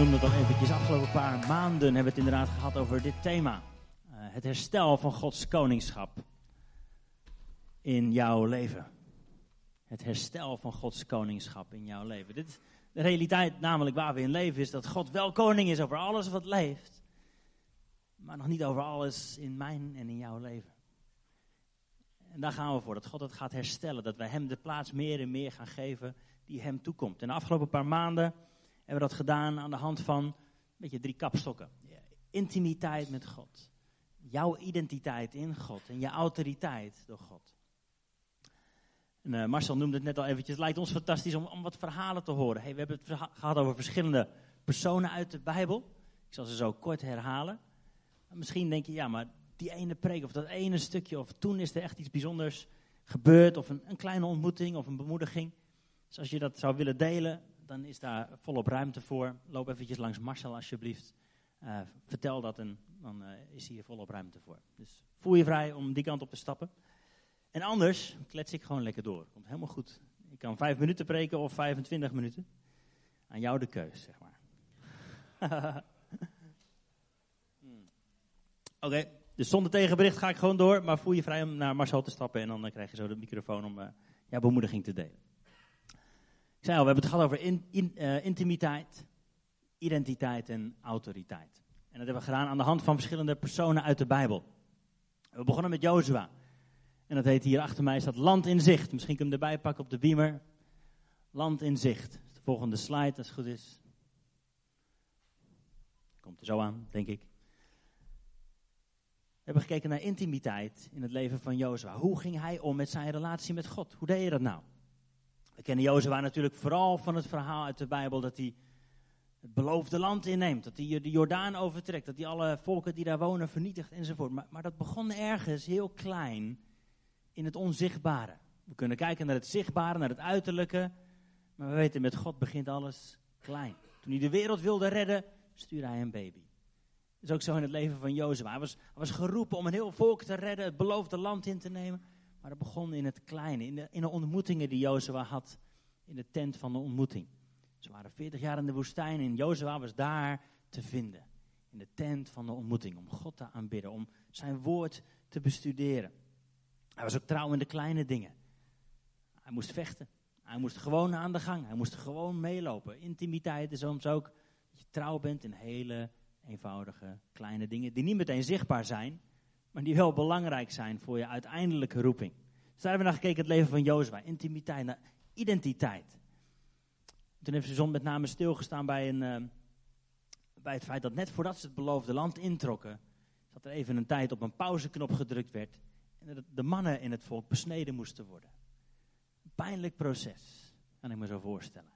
noemde het al eventjes. De afgelopen paar maanden hebben we het inderdaad gehad over dit thema. Het herstel van Gods koningschap in jouw leven. Het herstel van Gods koningschap in jouw leven. Dit is de realiteit namelijk waar we in leven, is dat God wel koning is over alles wat leeft. Maar nog niet over alles in mijn en in jouw leven. En daar gaan we voor, dat God het gaat herstellen. Dat wij hem de plaats meer en meer gaan geven die hem toekomt. En de afgelopen paar maanden hebben we dat gedaan aan de hand van een beetje 3 kapstokken. Intimiteit met God. Jouw identiteit in God en je autoriteit door God. En Marcel noemde het net al eventjes. Het lijkt ons fantastisch om wat verhalen te horen. Hey, we hebben het gehad over verschillende personen uit de Bijbel. Ik zal ze zo kort herhalen. Maar misschien denk je, ja, maar die ene preek of dat ene stukje, of toen is er echt iets bijzonders gebeurd, of een kleine ontmoeting of een bemoediging. Dus als je dat zou willen delen, dan is daar volop ruimte voor. Loop eventjes langs Marcel alsjeblieft. Vertel dat en dan is hier volop ruimte voor. Dus voel je vrij om die kant op te stappen. En anders klets ik gewoon lekker door. Komt helemaal goed. Ik kan 5 minuten preken of 25 minuten. Aan jou de keus, zeg maar. Oké, dus zonder tegenbericht ga ik gewoon door. Maar voel je vrij om naar Marcel te stappen. En dan krijg je zo de microfoon om jouw bemoediging te delen. Ik zei al, we hebben het gehad over intimiteit, identiteit en autoriteit. En dat hebben we gedaan aan de hand van verschillende personen uit de Bijbel. We begonnen met Jozua. En dat heet hier achter mij, staat Land in Zicht. Misschien kun je hem erbij pakken op de beamer. Land in Zicht. De volgende slide, als het goed is. Komt er zo aan, denk ik. We hebben gekeken naar intimiteit in het leven van Jozua. Hoe ging hij om met zijn relatie met God? Hoe deed je dat nou? We kennen Jozua natuurlijk vooral van het verhaal uit de Bijbel dat hij het beloofde land inneemt. Dat hij de Jordaan overtrekt. Dat hij alle volken die daar wonen vernietigt enzovoort. Maar dat begon ergens heel klein in het onzichtbare. We kunnen kijken naar het zichtbare, naar het uiterlijke. Maar we weten, met God begint alles klein. Toen hij de wereld wilde redden, stuurde hij een baby. Dat is ook zo in het leven van Jozua. Hij was geroepen om een heel volk te redden, het beloofde land in te nemen. Maar dat begon in het kleine, in de ontmoetingen die Jozua had in de tent van de ontmoeting. Ze waren 40 jaar in de woestijn en Jozua was daar te vinden. In de tent van de ontmoeting, om God te aanbidden, om zijn woord te bestuderen. Hij was ook trouw in de kleine dingen. Hij moest vechten. Hij moest gewoon aan de gang. Hij moest gewoon meelopen. Intimiteit is soms ook dat je trouw bent in hele eenvoudige kleine dingen die niet meteen zichtbaar zijn, maar die wel belangrijk zijn voor je uiteindelijke roeping. Dus daar hebben we naar gekeken, het leven van Jozua. Intimiteit, naar identiteit. Toen heeft de zon met name stilgestaan bij het feit dat net voordat ze het beloofde land introkken, dat er even een tijd op een pauzeknop gedrukt werd en dat de mannen in het volk besneden moesten worden. Een pijnlijk proces, kan ik me zo voorstellen.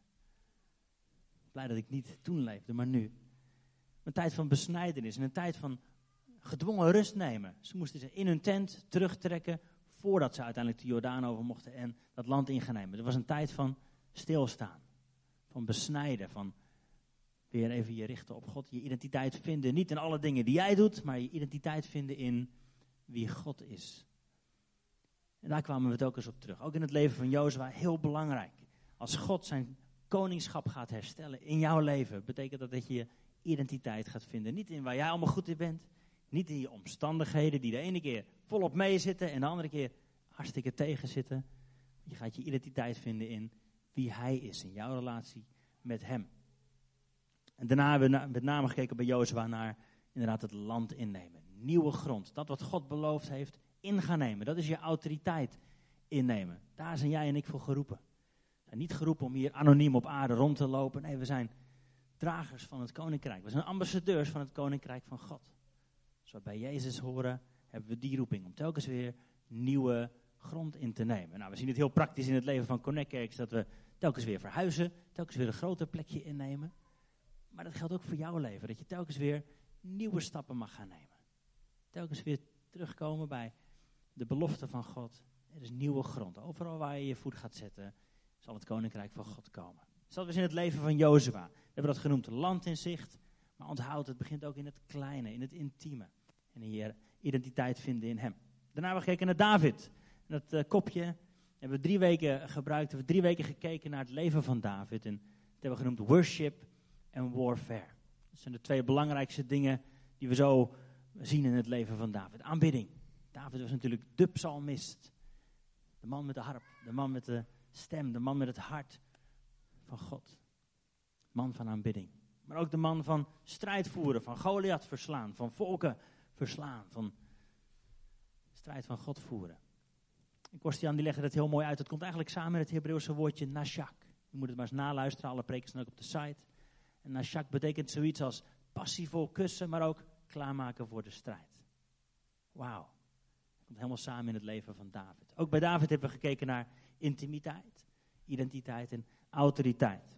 Blij dat ik niet toen leefde, maar nu. Een tijd van besnijdenis en een tijd van gedwongen rust nemen. Ze moesten zich in hun tent terugtrekken voordat ze uiteindelijk de Jordaan over mochten en dat land in gaan nemen. Er was een tijd van stilstaan, van besnijden, van weer even je richten op God. Je identiteit vinden, niet in alle dingen die jij doet, maar je identiteit vinden in wie God is. En daar kwamen we telkens op terug. Ook in het leven van Jozua, heel belangrijk. Als God zijn koningschap gaat herstellen in jouw leven, betekent dat je je identiteit gaat vinden. Niet in waar jij allemaal goed in bent. Niet in je omstandigheden die de ene keer volop meezitten en de andere keer hartstikke tegenzitten. Je gaat je identiteit vinden in wie hij is, in jouw relatie met hem. En daarna hebben we met name gekeken bij Jozua naar inderdaad het land innemen. Nieuwe grond. Dat wat God beloofd heeft, in gaan nemen. Dat is je autoriteit innemen. Daar zijn jij en ik voor geroepen. We zijn niet geroepen om hier anoniem op aarde rond te lopen. Nee, we zijn dragers van het koninkrijk. We zijn ambassadeurs van het koninkrijk van God. Zoals we bij Jezus horen, hebben we die roeping om telkens weer nieuwe grond in te nemen. Nou, we zien het heel praktisch in het leven van Connect Kerks, dat we telkens weer verhuizen, telkens weer een groter plekje innemen. Maar dat geldt ook voor jouw leven, dat je telkens weer nieuwe stappen mag gaan nemen. Telkens weer terugkomen bij de belofte van God. Er is nieuwe grond. Overal waar je je voet gaat zetten, zal het koninkrijk van God komen. Dus dat was in het leven van Jozua. We hebben dat genoemd land in zicht. Maar onthoud, het begint ook in het kleine, in het intieme. En in je identiteit vinden in hem. Daarna hebben we gekeken naar David. En dat kopje hebben we 3 weken gebruikt. We hebben 3 weken gekeken naar het leven van David. En dat hebben we genoemd worship en warfare. Dat zijn de 2 belangrijkste dingen die we zo zien in het leven van David. Aanbidding. David was natuurlijk de psalmist. De man met de harp, de man met de stem, de man met het hart van God. Man van aanbidding. Maar ook de man van strijd voeren, van Goliath verslaan, van volken verslaan, van strijd van God voeren. En Kostian die legde dat heel mooi uit. Het komt eigenlijk samen met het Hebreeuwse woordje nashak. Je moet het maar eens naluisteren, alle preken staan ook op de site. En nashak betekent zoiets als passievol kussen, maar ook klaarmaken voor de strijd. Wauw. Dat komt helemaal samen in het leven van David. Ook bij David hebben we gekeken naar intimiteit, identiteit en autoriteit.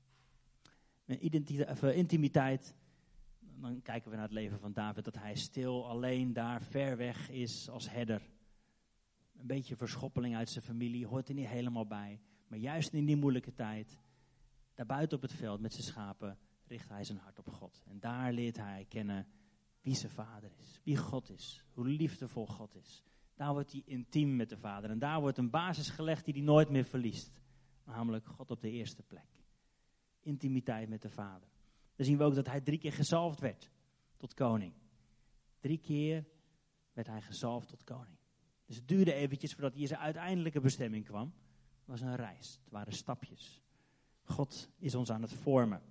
Intimiteit, dan kijken we naar het leven van David, dat hij stil, alleen daar, ver weg is als herder. Een beetje verschoppeling uit zijn familie, hoort er niet helemaal bij. Maar juist in die moeilijke tijd, daar buiten op het veld met zijn schapen, richt hij zijn hart op God. En daar leert hij kennen wie zijn vader is, wie God is, hoe liefdevol God is. Daar wordt hij intiem met de vader. En daar wordt een basis gelegd die hij nooit meer verliest. Namelijk God op de eerste plek. Intimiteit met de vader. Dan zien we ook dat hij 3 keer gezalfd werd tot koning. 3 keer werd hij gezalfd tot koning. Dus het duurde eventjes voordat hij in zijn uiteindelijke bestemming kwam. Het was een reis, het waren stapjes. God is ons aan het vormen.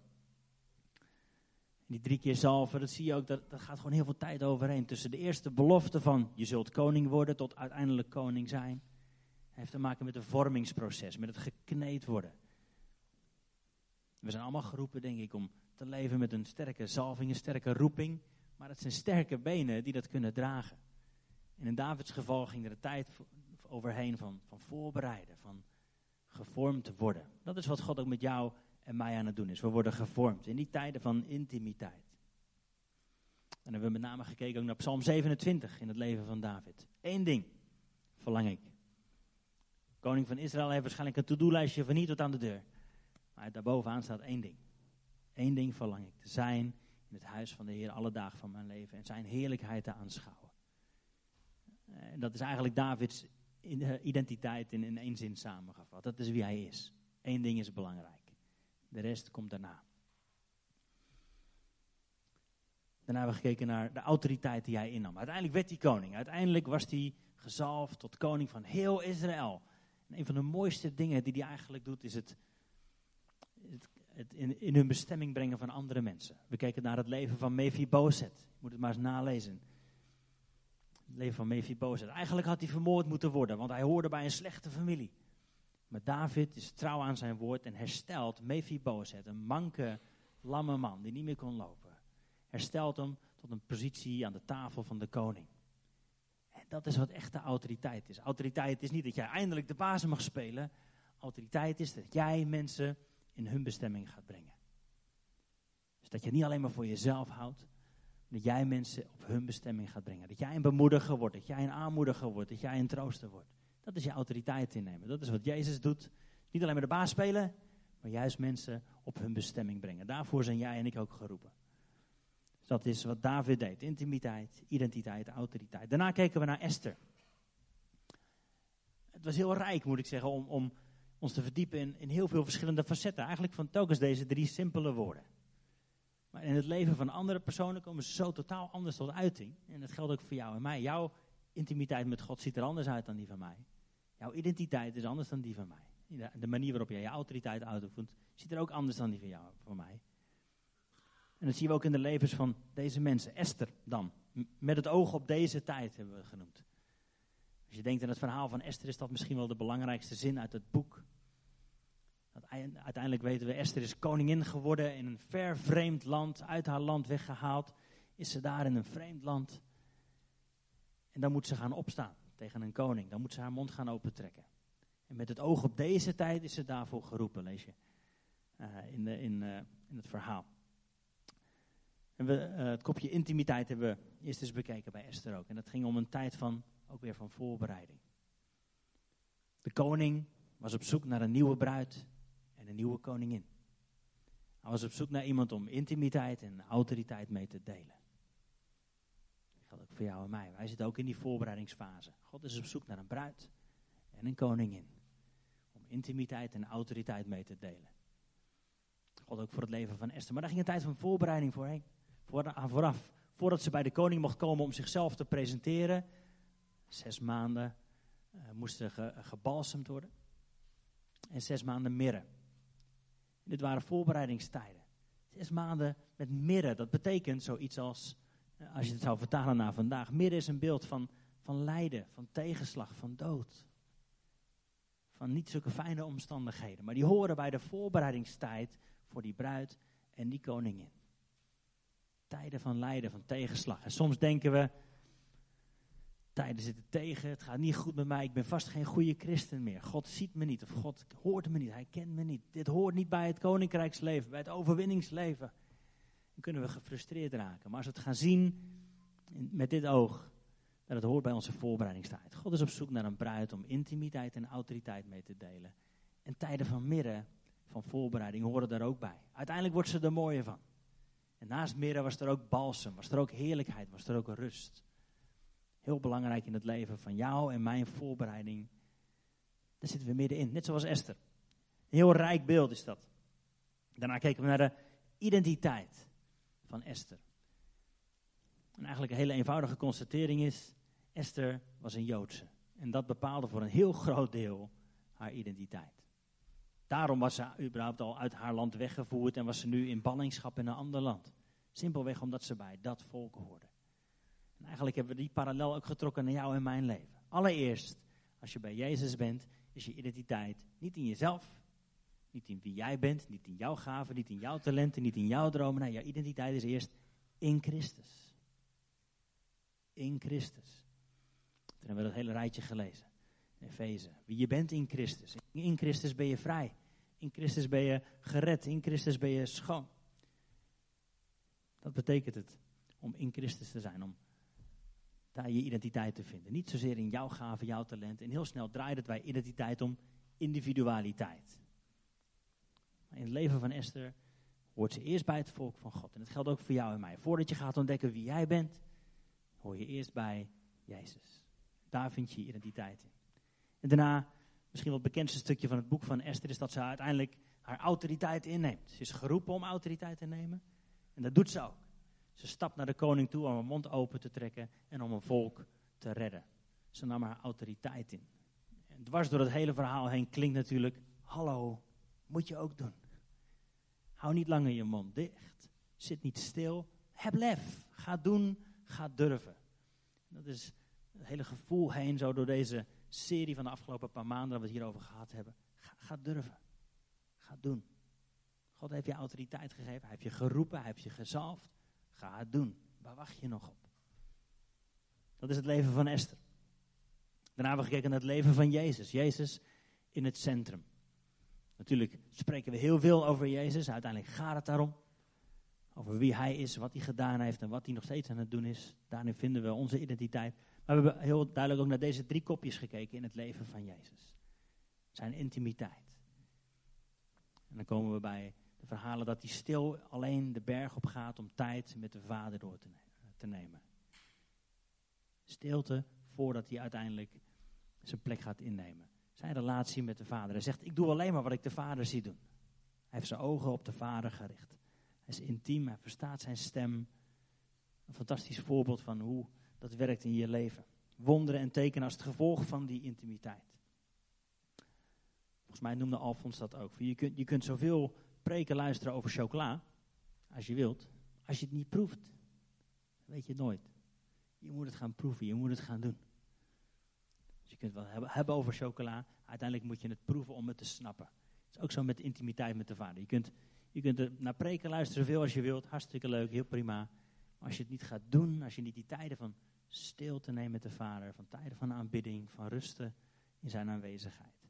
En die 3 keer zalven, dat zie je ook, dat gaat gewoon heel veel tijd overheen. Tussen de eerste belofte van je zult koning worden tot uiteindelijk koning zijn. Het heeft te maken met een vormingsproces, met het gekneed worden. We zijn allemaal geroepen, denk ik, om te leven met een sterke zalving, een sterke roeping. Maar het zijn sterke benen die dat kunnen dragen. En in Davids geval ging er de tijd overheen van voorbereiden, van gevormd te worden. Dat is wat God ook met jou en mij aan het doen is. We worden gevormd in die tijden van intimiteit. En dan hebben we met name gekeken ook naar Psalm 27 in het leven van David. 1 ding verlang ik. Koning van Israël heeft waarschijnlijk een to-do-lijstje van hier tot aan de deur. Maar daarbovenaan staat 1 ding. 1 ding verlang ik. Te zijn in het huis van de Heer alle dagen van mijn leven. En zijn heerlijkheid te aanschouwen. En dat is eigenlijk Davids identiteit in 1 zin samengevat. Dat is wie hij is. 1 ding is belangrijk. De rest komt daarna. Daarna hebben we gekeken naar de autoriteit die hij innam. Uiteindelijk werd hij koning. Uiteindelijk was hij gezalfd tot koning van heel Israël. En een van de mooiste dingen die hij eigenlijk doet is het in hun bestemming brengen van andere mensen. We keken naar het leven van Mephibozet. Je moet het maar eens nalezen. Het leven van Mephibozet. Eigenlijk had hij vermoord moeten worden, want hij hoorde bij een slechte familie. Maar David is trouw aan zijn woord en herstelt Mephibozet, een manke, lamme man die niet meer kon lopen. Herstelt hem tot een positie aan de tafel van de koning. En dat is wat echte autoriteit is. Autoriteit is niet dat jij eindelijk de baas mag spelen. Autoriteit is dat jij mensen in hun bestemming gaat brengen. Dus dat je niet alleen maar voor jezelf houdt, dat jij mensen op hun bestemming gaat brengen. Dat jij een bemoediger wordt, dat jij een aanmoediger wordt, dat jij een trooster wordt. Dat is je autoriteit innemen. Dat is wat Jezus doet. Niet alleen maar de baas spelen, maar juist mensen op hun bestemming brengen. Daarvoor zijn jij en ik ook geroepen. Dus dat is wat David deed. Intimiteit, identiteit, autoriteit. Daarna keken we naar Esther. Het was heel rijk, moet ik zeggen, om ons te verdiepen in heel veel verschillende facetten. Eigenlijk van telkens deze 3 simpele woorden. Maar in het leven van andere personen komen ze zo totaal anders tot uiting. En dat geldt ook voor jou en mij. Jouw intimiteit met God ziet er anders uit dan die van mij. Jouw identiteit is anders dan die van mij. De manier waarop jij je autoriteit uitoefent, ziet er ook anders dan die van jou, van mij. En dat zien we ook in de levens van deze mensen. Esther dan. Met het oog op deze tijd hebben we het genoemd. Als je denkt aan het verhaal van Esther, is dat misschien wel de belangrijkste zin uit het boek. Uiteindelijk weten we, Esther is koningin geworden in een ver vreemd land, uit haar land weggehaald. Is ze daar in een vreemd land. En dan moet ze gaan opstaan tegen een koning. Dan moet ze haar mond gaan opentrekken. En met het oog op deze tijd is ze daarvoor geroepen, lees je in het verhaal. En het kopje intimiteit hebben we eerst eens bekeken bij Esther ook. En dat ging om een tijd ook weer van voorbereiding. De koning was op zoek naar een nieuwe bruid en een nieuwe koningin. Hij was op zoek naar iemand om intimiteit en autoriteit mee te delen. Dat geldt ook voor jou en mij. Wij zitten ook in die voorbereidingsfase. God is op zoek naar een bruid en een koningin. Om intimiteit en autoriteit mee te delen. God ook voor het leven van Esther. Maar daar ging een tijd van voorbereiding vooraf. Voordat ze bij de koning mocht komen om zichzelf te presenteren. 6 maanden moesten gebalsemd worden. En 6 maanden mirre. Dit waren voorbereidingstijden. 6 maanden met mirre. Dat betekent zoiets als, als je het zou vertalen naar vandaag. Mirre is een beeld van lijden, van tegenslag, van dood. Van niet zulke fijne omstandigheden. Maar die horen bij de voorbereidingstijd voor die bruid en die koningin. Tijden van lijden, van tegenslag. En soms denken we, tijden zitten tegen, het gaat niet goed met mij, ik ben vast geen goede christen meer. God ziet me niet of God hoort me niet, hij kent me niet. Dit hoort niet bij het koninkrijksleven, bij het overwinningsleven. Dan kunnen we gefrustreerd raken. Maar als we het gaan zien met dit oog, dat het hoort bij onze voorbereidingstijd. God is op zoek naar een bruid om intimiteit en autoriteit mee te delen. En tijden van mirre, van voorbereiding, horen daar ook bij. Uiteindelijk wordt ze er mooier van. En naast mirre was er ook balsem, was er ook heerlijkheid, was er ook rust. Heel belangrijk in het leven van jou en mijn voorbereiding. Daar zitten we middenin, net zoals Esther. Een heel rijk beeld is dat. Daarna keken we naar de identiteit van Esther. En eigenlijk een hele eenvoudige constatering is, Esther was een Joodse. En dat bepaalde voor een heel groot deel haar identiteit. Daarom was ze überhaupt al uit haar land weggevoerd en was ze nu in ballingschap in een ander land. Simpelweg omdat ze bij dat volk hoorde. En eigenlijk hebben we die parallel ook getrokken naar jou en mijn leven. Allereerst, als je bij Jezus bent, is je identiteit niet in jezelf, niet in wie jij bent, niet in jouw gaven, niet in jouw talenten, niet in jouw dromen. Nee, jouw identiteit is eerst in Christus. In Christus. Toen hebben we dat hele rijtje gelezen. In Efeze. Wie je bent in Christus. In Christus ben je vrij. In Christus ben je gered. In Christus ben je schoon. Dat betekent het om in Christus te zijn. Om daar je identiteit te vinden. Niet zozeer in jouw gaven, jouw talent. En heel snel draait het bij identiteit om individualiteit. Maar in het leven van Esther hoort ze eerst bij het volk van God. En dat geldt ook voor jou en mij. Voordat je gaat ontdekken wie jij bent, hoor je eerst bij Jezus. Daar vind je je identiteit in. En daarna, misschien wel het bekendste stukje van het boek van Esther, is dat ze uiteindelijk haar autoriteit inneemt. Ze is geroepen om autoriteit te nemen. En dat doet ze ook. Ze stapt naar de koning toe om haar mond open te trekken en om een volk te redden. Ze nam haar autoriteit in. En dwars door het hele verhaal heen klinkt natuurlijk, hallo, moet je ook doen. Hou niet langer je mond dicht. Zit niet stil. Heb lef. Ga doen. Ga durven. Dat is het hele gevoel heen zo door deze serie van de afgelopen paar maanden dat we het hierover gehad hebben. Ga durven. Ga doen. God heeft je autoriteit gegeven. Hij heeft je geroepen. Hij heeft je gezalfd. Ga het doen. Waar wacht je nog op? Dat is het leven van Esther. Daarna hebben we gekeken naar het leven van Jezus. Jezus in het centrum. Natuurlijk spreken we heel veel over Jezus. Uiteindelijk gaat het daarom. Over wie hij is, wat hij gedaan heeft en wat hij nog steeds aan het doen is. Daarin vinden we onze identiteit. Maar we hebben heel duidelijk ook naar deze 3 kopjes gekeken in het leven van Jezus. Zijn intimiteit. En dan komen we bij de verhalen dat hij stil alleen de berg op gaat om tijd met de Vader door te nemen. Stilte voordat hij uiteindelijk zijn plek gaat innemen. Zijn relatie met de Vader. Hij zegt, ik doe alleen maar wat ik de Vader zie doen. Hij heeft zijn ogen op de Vader gericht. Hij is intiem, hij verstaat zijn stem. Een fantastisch voorbeeld van hoe dat werkt in je leven. Wonderen en tekenen als het gevolg van die intimiteit. Volgens mij noemde Alfons dat ook. Je kunt zoveel preken luisteren over chocola, als je wilt. Als je het niet proeft, weet je het nooit. Je moet het gaan proeven, je moet het gaan doen. Dus je kunt het wel hebben over chocola. Uiteindelijk moet je het proeven om het te snappen. Het is ook zo met de intimiteit met de Vader. Je kunt er naar preken luisteren zoveel als je wilt. Hartstikke leuk, heel prima. Maar als je het niet gaat doen, als je niet die tijden van stilte neemt met de Vader, van tijden van aanbidding, van rusten in zijn aanwezigheid.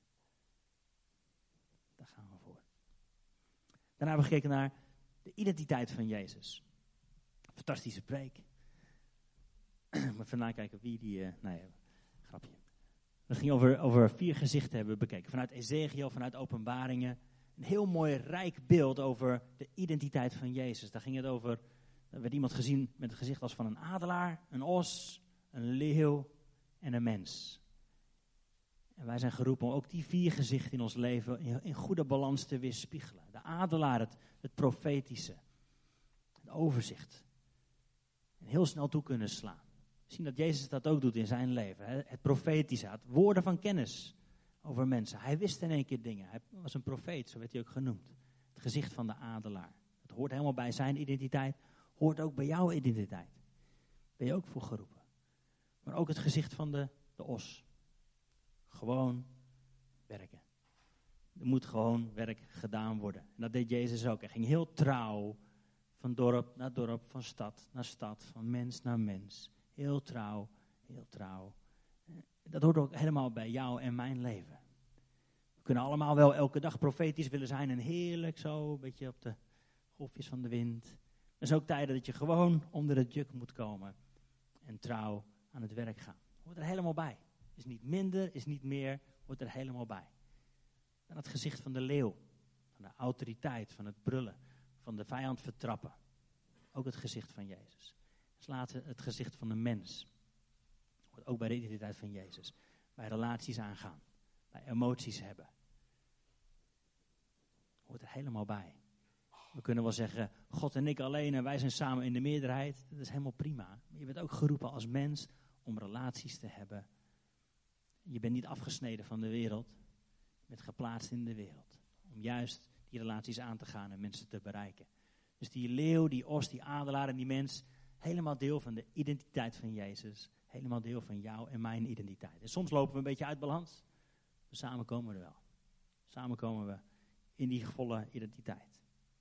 Daar gaan we voor. Daarna hebben we gekeken naar de identiteit van Jezus. Fantastische preek. Maar vandaar kijken wie die... grapje. Dat ging over 4 gezichten hebben we bekeken. Vanuit Ezekiel, vanuit Openbaringen. Een heel mooi rijk beeld over de identiteit van Jezus. Daar ging het over, er werd iemand gezien met het gezicht als van een adelaar, een os, een leeuw en een mens. En wij zijn geroepen om ook die 4 gezichten in ons leven in goede balans te weerspiegelen. De adelaar, het het profetische, het overzicht. En heel snel toe kunnen slaan. We zien dat Jezus dat ook doet in zijn leven. Hè? Het profetische, het woorden van kennis over mensen. Hij wist in één keer dingen. Hij was een profeet, zo werd hij ook genoemd. Het gezicht van de adelaar. Het hoort helemaal bij zijn identiteit, hoort ook bij jouw identiteit. Ben je ook voor geroepen. Maar ook het gezicht van de os. Gewoon werken. Er moet gewoon werk gedaan worden. En dat deed Jezus ook. Hij ging heel trouw van dorp naar dorp, van stad naar stad, van mens naar mens. Heel trouw, heel trouw. Dat hoort ook helemaal bij jou en mijn leven. We kunnen allemaal wel elke dag profetisch willen zijn en heerlijk zo, een beetje op de golfjes van de wind. Er is ook tijden dat je gewoon onder het juk moet komen en trouw aan het werk gaan. Hoort er helemaal bij. Is niet minder, is niet meer, hoort er helemaal bij. En het gezicht van de leeuw, van de autoriteit, van het brullen, van de vijand vertrappen. Ook het gezicht van Jezus. Dus laten het gezicht van de mens. Hoort ook bij de identiteit van Jezus. Bij relaties aangaan. Bij emoties hebben. Hoort er helemaal bij. We kunnen wel zeggen, God en ik alleen en wij zijn samen in de meerderheid. Dat is helemaal prima. Maar je bent ook geroepen als mens om relaties te hebben. Je bent niet afgesneden van de wereld. Je bent geplaatst in de wereld. Om juist die relaties aan te gaan en mensen te bereiken. Dus die leeuw, die os, die adelaar en die mens, helemaal deel van de identiteit van Jezus. Helemaal deel van jouw en mijn identiteit. En soms lopen we een beetje uit balans. Maar samen komen we er wel. Samen komen we in die volle identiteit.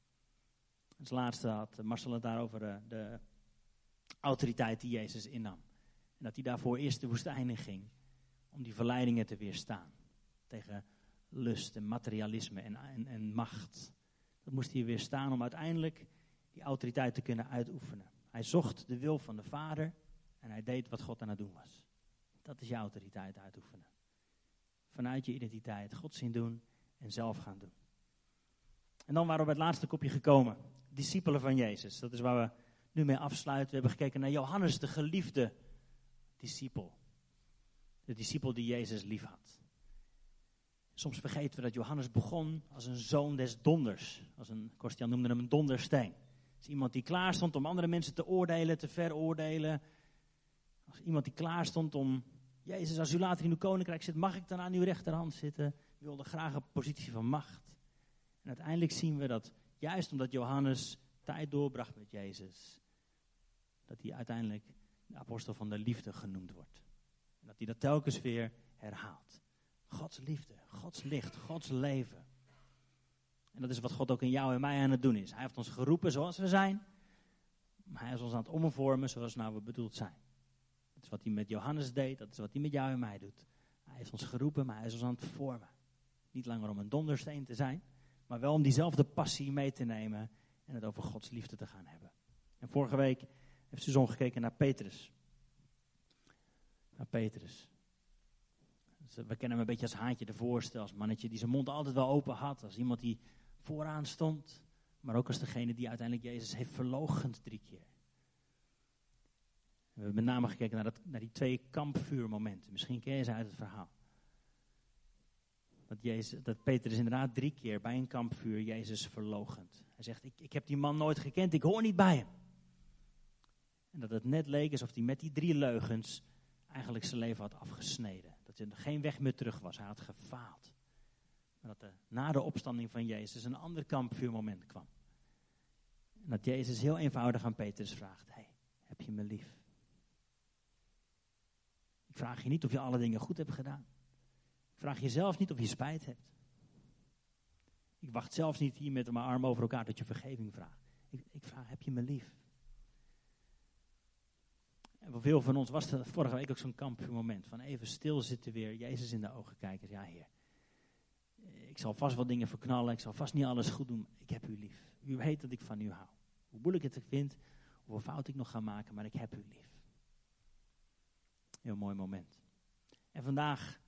Als laatste had Marcel het daarover de autoriteit die Jezus innam. En dat hij daarvoor eerst de woestijn in ging. Om die verleidingen te weerstaan. Tegen lust en materialisme en macht. Dat moest hij weerstaan om uiteindelijk die autoriteit te kunnen uitoefenen. Hij zocht de wil van de Vader en hij deed wat God aan het doen was. Dat is je autoriteit uitoefenen. Vanuit je identiteit Godsdienst doen en zelf gaan doen. En dan waren we bij het laatste kopje gekomen. Discipelen van Jezus. Dat is waar we nu mee afsluiten. We hebben gekeken naar Johannes, de geliefde discipel. De discipel die Jezus lief had. Soms vergeten we dat Johannes begon als een zoon des donders. Korstian noemde hem een dondersteen. Als iemand die klaar stond om andere mensen te oordelen, te veroordelen. Als iemand die klaar stond om, Jezus, als u later in uw koninkrijk zit, mag ik dan aan uw rechterhand zitten? U wilde graag een positie van macht. En uiteindelijk zien we dat, juist omdat Johannes tijd doorbracht met Jezus, dat hij uiteindelijk de apostel van de liefde genoemd wordt. En dat hij dat telkens weer herhaalt. Gods liefde, Gods licht, Gods leven. En dat is wat God ook in jou en mij aan het doen is. Hij heeft ons geroepen zoals we zijn. Maar hij is ons aan het omvormen zoals we bedoeld zijn. Dat is wat hij met Johannes deed, dat is wat hij met jou en mij doet. Hij heeft ons geroepen, maar hij is ons aan het vormen. Niet langer om een dondersteen te zijn, maar wel om diezelfde passie mee te nemen en het over Gods liefde te gaan hebben. En vorige week heeft Suzanne gekeken naar Petrus. Naar Petrus. Dus we kennen hem een beetje als haantje de voorste, als mannetje die zijn mond altijd wel open had. Als iemand die vooraan stond, maar ook als degene die uiteindelijk Jezus heeft verloochend 3 keer. We hebben met name gekeken naar die 2 kampvuurmomenten. Misschien ken je ze uit het verhaal. Dat Petrus inderdaad 3 keer bij een kampvuur Jezus verloochent. Hij zegt, ik heb die man nooit gekend, ik hoor niet bij hem. En dat het net leek alsof hij met die 3 leugens eigenlijk zijn leven had afgesneden. Dat er geen weg meer terug was, hij had gefaald. Maar dat er na de opstanding van Jezus een ander kampvuurmoment kwam. En dat Jezus heel eenvoudig aan Petrus vraagt, hey, heb je me lief? Ik vraag je niet of je alle dingen goed hebt gedaan. Ik vraag je zelfs niet of je spijt hebt. Ik wacht zelfs niet hier met mijn armen over elkaar tot je vergeving vraagt. Ik vraag, heb je me lief? En voor veel van ons was er vorige week ook zo'n kampvuurmoment. Van even stilzitten weer, Jezus in de ogen kijken. Ja, Heer, ik zal vast wel dingen verknallen. Ik zal vast niet alles goed doen. Ik heb u lief. U weet dat ik van u hou. Hoe moeilijk het ik vind, hoeveel fout ik nog ga maken, maar ik heb u lief. Heel mooi moment. En vandaag,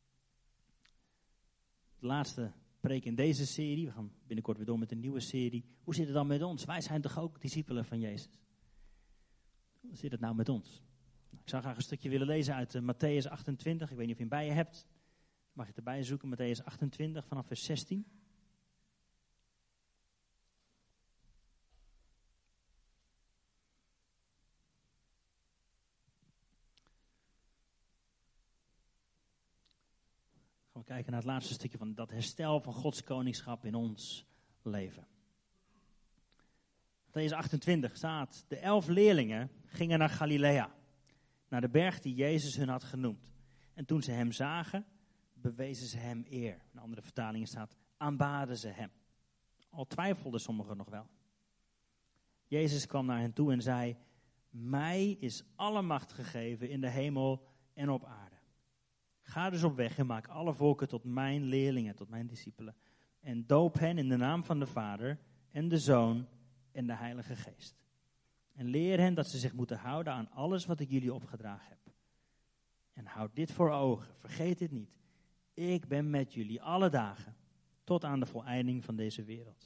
de laatste preek in deze serie. We gaan binnenkort weer door met een nieuwe serie. Hoe zit het dan met ons? Wij zijn toch ook discipelen van Jezus? Hoe zit het nou met ons? Ik zou graag een stukje willen lezen uit Mattheüs 28. Ik weet niet of je hem bij je hebt. Mag je het erbij zoeken, Mattheüs 28 vanaf vers 16. we kijken naar het laatste stukje van dat herstel van Gods koningschap in ons leven. Mattheüs 28 staat, de 11 leerlingen gingen naar Galilea, naar de berg die Jezus hun had genoemd. En toen ze hem zagen, bewezen ze hem eer. In andere vertalingen staat, aanbaden ze hem. Al twijfelden sommigen nog wel. Jezus kwam naar hen toe en zei, mij is alle macht gegeven in de hemel en op aarde. Ga dus op weg en maak alle volken tot mijn leerlingen, tot mijn discipelen. En doop hen in de naam van de Vader en de Zoon en de Heilige Geest. En leer hen dat ze zich moeten houden aan alles wat ik jullie opgedragen heb. En houd dit voor ogen, vergeet dit niet. Ik ben met jullie alle dagen, tot aan de voleinding van deze wereld.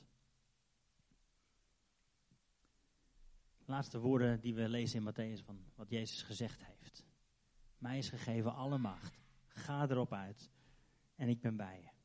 De laatste woorden die we lezen in Matthäus van wat Jezus gezegd heeft. Mij is gegeven alle macht. Ga erop uit en ik ben bij je.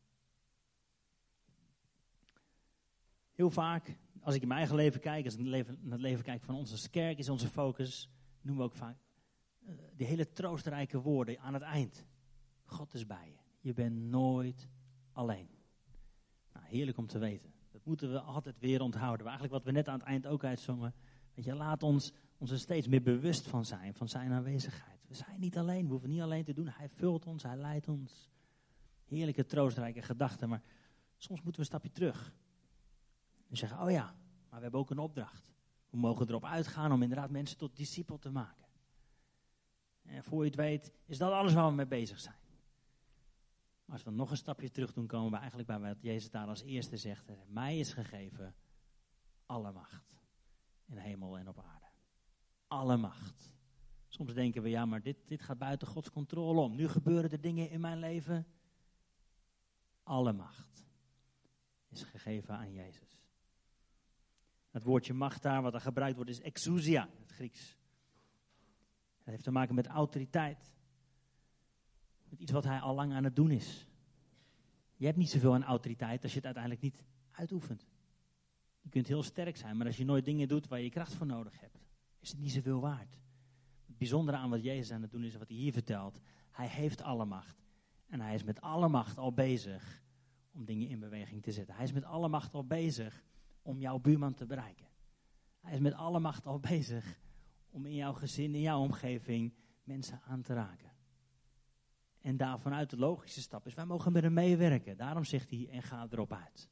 Heel vaak, als ik in mijn eigen leven kijk, als ik naar het leven kijk van ons als kerk, is onze focus, noemen we ook vaak, die hele troostrijke woorden aan het eind. God is bij je. Je bent nooit alleen. Nou, heerlijk om te weten. Dat moeten we altijd weer onthouden. Maar eigenlijk wat we net aan het eind ook uitzongen. Weet je, laat ons er steeds meer bewust van zijn aanwezigheid. We zijn niet alleen, we hoeven niet alleen te doen. Hij vult ons, hij leidt ons. Heerlijke, troostrijke gedachten. Maar soms moeten we een stapje terug. En zeggen, oh ja, maar we hebben ook een opdracht. We mogen erop uitgaan om inderdaad mensen tot discipel te maken. En voor je het weet, is dat alles waar we mee bezig zijn. Maar als we nog een stapje terug doen, komen we eigenlijk bij wat Jezus daar als eerste zegt. Mij is gegeven alle macht. In hemel en op aarde. Alle macht. Soms denken we, ja, maar dit gaat buiten Gods controle om. Nu gebeuren er dingen in mijn leven. Alle macht is gegeven aan Jezus. Het woordje macht daar, wat er gebruikt wordt, is exousia, in het Grieks. Het heeft te maken met autoriteit. Met iets wat hij al lang aan het doen is. Je hebt niet zoveel aan autoriteit als je het uiteindelijk niet uitoefent. Je kunt heel sterk zijn, maar als je nooit dingen doet waar je kracht voor nodig hebt, is het niet zoveel waard. Het bijzondere aan wat Jezus aan het doen is, wat hij hier vertelt, hij heeft alle macht. En hij is met alle macht al bezig om dingen in beweging te zetten. Hij is met alle macht al bezig om jouw buurman te bereiken. Hij is met alle macht al bezig om in jouw gezin, in jouw omgeving, mensen aan te raken. En daar vanuit de logische stap is, wij mogen met hem meewerken. Daarom zegt hij, en ga erop uit.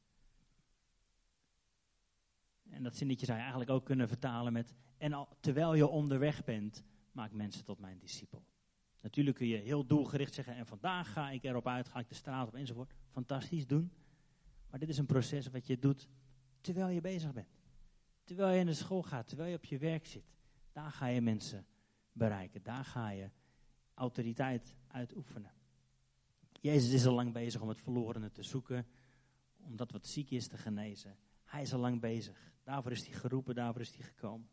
En dat zinnetje zou je eigenlijk ook kunnen vertalen met, terwijl je onderweg bent, maak mensen tot mijn discipel. Natuurlijk kun je heel doelgericht zeggen, en vandaag ga ik erop uit, ga ik de straat op enzovoort. Fantastisch doen. Maar dit is een proces wat je doet terwijl je bezig bent. Terwijl je naar school gaat, terwijl je op je werk zit. Daar ga je mensen bereiken. Daar ga je autoriteit uitoefenen. Jezus is al lang bezig om het verlorene te zoeken. Om dat wat ziek is te genezen. Hij is al lang bezig. Daarvoor is hij geroepen, daarvoor is hij gekomen.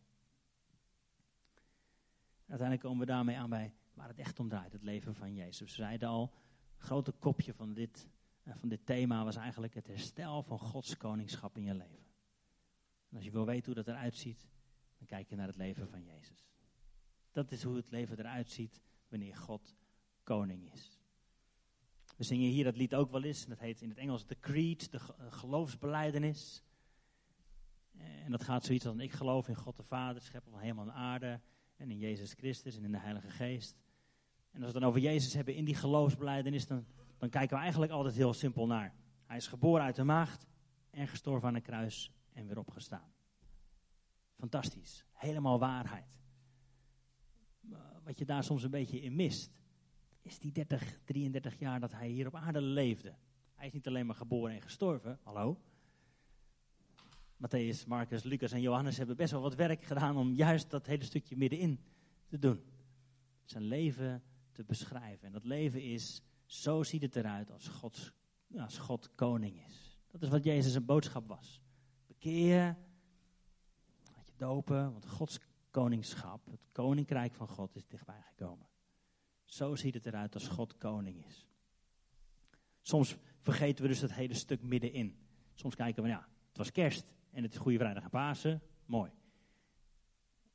Uiteindelijk komen we daarmee aan bij waar het echt om draait. Het leven van Jezus. We zeiden al, het grote kopje van dit thema was eigenlijk het herstel van Gods koningschap in je leven. En als je wil weten hoe dat eruit ziet, dan kijk je naar het leven van Jezus. Dat is hoe het leven eruit ziet wanneer God koning is. We zingen hier dat lied ook wel eens. Dat heet in het Engels de Creed, de geloofsbelijdenis. En dat gaat zoiets als, ik geloof in God de Vader, schepper van hemel en aarde. En in Jezus Christus en in de Heilige Geest. En als we het dan over Jezus hebben in die geloofsbelijdenis, dan kijken we eigenlijk altijd heel simpel naar. Hij is geboren uit de maagd en gestorven aan een kruis en weer opgestaan. Fantastisch. Helemaal waarheid. Wat je daar soms een beetje in mist, is die 33 jaar dat hij hier op aarde leefde. Hij is niet alleen maar geboren en gestorven, hallo. Matthäus, Marcus, Lucas en Johannes hebben best wel wat werk gedaan om juist dat hele stukje middenin te doen. Zijn leven te beschrijven. En dat leven is, zo ziet het eruit als God koning is. Dat is wat Jezus' een boodschap was. Bekeer je, laat je dopen, want Gods koningschap, het koninkrijk van God is dichtbij gekomen. Zo ziet het eruit als God koning is. Soms vergeten we dus dat hele stuk middenin. Soms kijken we, het was kerst en het is Goede Vrijdag en Pasen, mooi.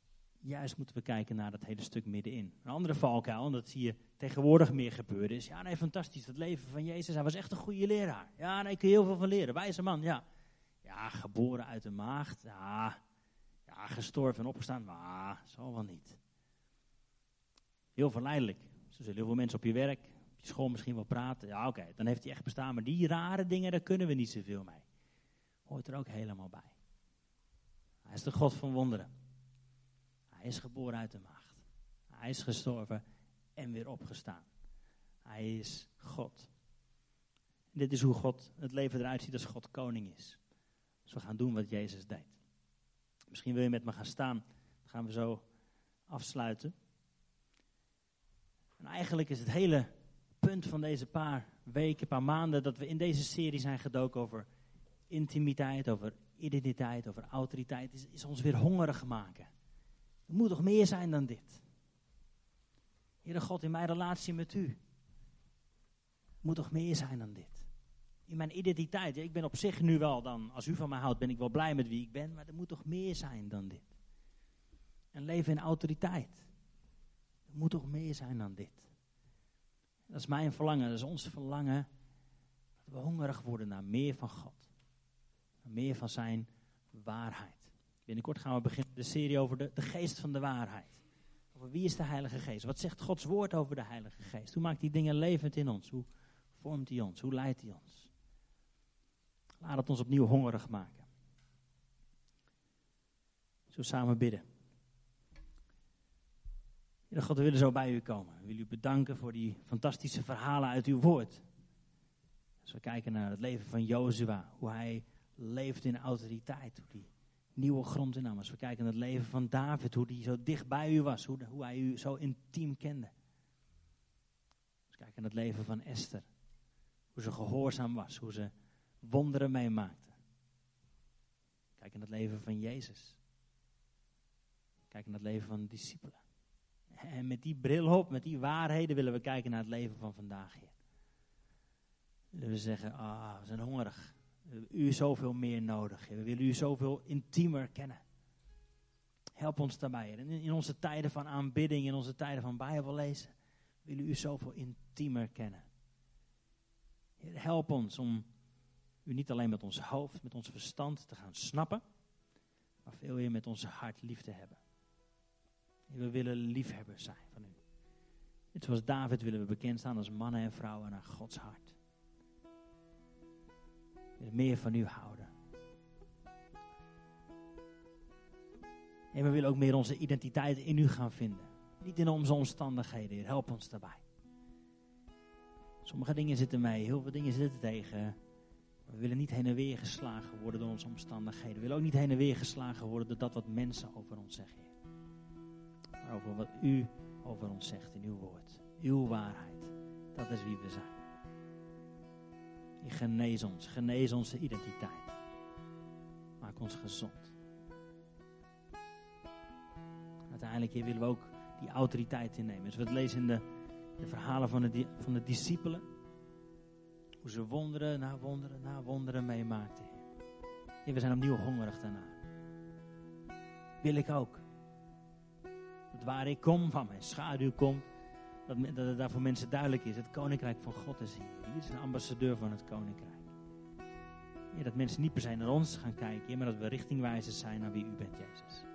juist moeten we kijken naar dat hele stuk middenin. Een andere valkuil, en dat zie je tegenwoordig meer gebeuren, is, ja nee, fantastisch, het leven van Jezus, hij was echt een goede leraar. Ja, nee, kun je heel veel van leren, wijze man, ja. Ja, geboren uit de maagd, ja, gestorven en opgestaan, maar zal wel niet. Heel verleidelijk. Zo zullen heel veel mensen op je werk, op je school misschien wel praten. Ja, oké, dan heeft hij echt bestaan, maar die rare dingen, daar kunnen we niet zoveel mee. Hoort er ook helemaal bij. Hij is de God van wonderen. Hij is geboren uit de maagd. Hij is gestorven en weer opgestaan. Hij is God. En dit is hoe God het leven eruit ziet als God koning is. Dus we gaan doen wat Jezus deed. Misschien wil je met me gaan staan. Dan gaan we zo afsluiten. En eigenlijk is het hele punt van deze paar weken, paar maanden, dat we in deze serie zijn gedoken over intimiteit, over identiteit, over autoriteit, is ons weer hongerig maken. Er moet toch meer zijn dan dit? Heere God, in mijn relatie met u, moet toch meer zijn dan dit? In mijn identiteit, ik ben op zich nu wel dan, als u van mij houdt, ben ik wel blij met wie ik ben, maar er moet toch meer zijn dan dit? En leven in autoriteit. Er moet toch meer zijn dan dit? Dat is mijn verlangen, dat is ons verlangen, dat we hongerig worden naar meer van God. Naar meer van zijn waarheid. Binnenkort gaan we beginnen de serie over de geest van de waarheid. Over wie is de Heilige Geest? Wat zegt Gods woord over de Heilige Geest? Hoe maakt die dingen levend in ons? Hoe vormt hij ons? Hoe leidt hij ons? Laat het ons opnieuw hongerig maken. Zo samen bidden. Heere God, we willen zo bij u komen. We willen u bedanken voor die fantastische verhalen uit uw woord. Als we kijken naar het leven van Jozua, hoe hij leefde in autoriteit, hoe hij nieuwe grond innam. Als we kijken naar het leven van David, hoe hij zo dicht bij u was, hoe hij u zo intiem kende. Als we kijken naar het leven van Esther, hoe ze gehoorzaam was, hoe ze wonderen meemaakte. Kijk naar het leven van Jezus. Kijk naar het leven van de discipelen. En met die bril op, met die waarheden willen we kijken naar het leven van vandaag, Heer. Willen we zeggen, we zijn hongerig. We hebben u zoveel meer nodig, Heer. We willen u zoveel intiemer kennen. Help ons daarbij, Heer. In onze tijden van aanbidding, in onze tijden van Bijbellezen, willen we u zoveel intiemer kennen. Heer, help ons om u niet alleen met ons hoofd, met ons verstand te gaan snappen, maar veel meer met ons hart lief te hebben. We willen liefhebbers zijn van u. Net zoals David willen we bekend staan als mannen en vrouwen naar Gods hart. We willen meer van u houden. En we willen ook meer onze identiteit in u gaan vinden. Niet in onze omstandigheden, Heer. Help ons daarbij. Sommige dingen zitten mee, heel veel dingen zitten tegen. We willen niet heen en weer geslagen worden door onze omstandigheden. We willen ook niet heen en weer geslagen worden door dat wat mensen over ons zeggen, Heer. Maar over wat u over ons zegt in uw woord. Uw waarheid. Dat is wie we zijn. Genees onze identiteit. Maak ons gezond. Uiteindelijk hier willen we ook die autoriteit innemen. Dus we het lezen in de verhalen van de discipelen. Hoe ze wonderen na wonderen meemaakten. Heer, we zijn opnieuw hongerig daarna. Wil ik ook. Dat waar ik kom, van mijn schaduw komt, dat het daar voor mensen duidelijk is. Het koninkrijk van God is hier. Hier is een ambassadeur van het koninkrijk. Heer, dat mensen niet per se naar ons gaan kijken, Heer, maar dat we richtingwijzers zijn naar wie u bent, Jezus.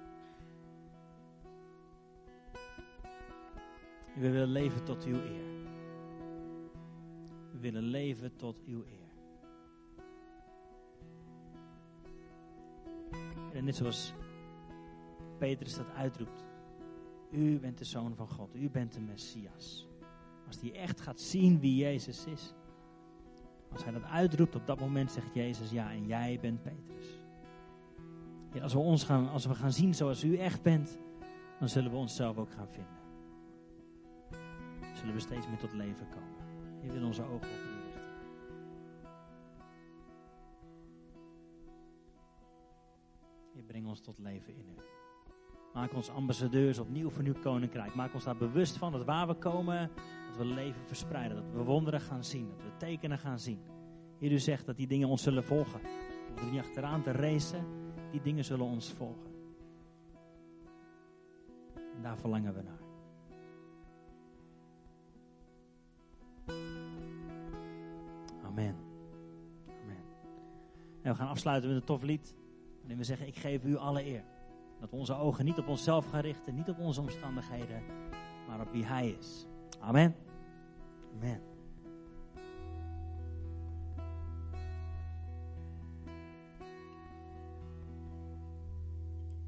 Heer, we willen leven tot uw eer. We willen leven tot uw eer. En net zoals Petrus dat uitroept. U bent de Zoon van God. U bent de Messias. Als hij echt gaat zien wie Jezus is. Als hij dat uitroept, op dat moment zegt Jezus, ja, en jij bent Petrus. Ja, als we gaan zien zoals u echt bent, dan zullen we onszelf ook gaan vinden. Zullen we steeds meer tot leven komen. Je wil onze ogen op u richten. Je brengt ons tot leven in u. Maak ons ambassadeurs opnieuw van uw koninkrijk. Maak ons daar bewust van dat waar we komen, dat we leven verspreiden. Dat we wonderen gaan zien, dat we tekenen gaan zien. Heer, u zegt dat die dingen ons zullen volgen. We hoeven niet achteraan te racen, die dingen zullen ons volgen. En daar verlangen we naar. Amen. Amen. En we gaan afsluiten met een tof lied. Waarin we zeggen, ik geef u alle eer. Dat we onze ogen niet op onszelf gaan richten, niet op onze omstandigheden, maar op wie hij is. Amen. Amen.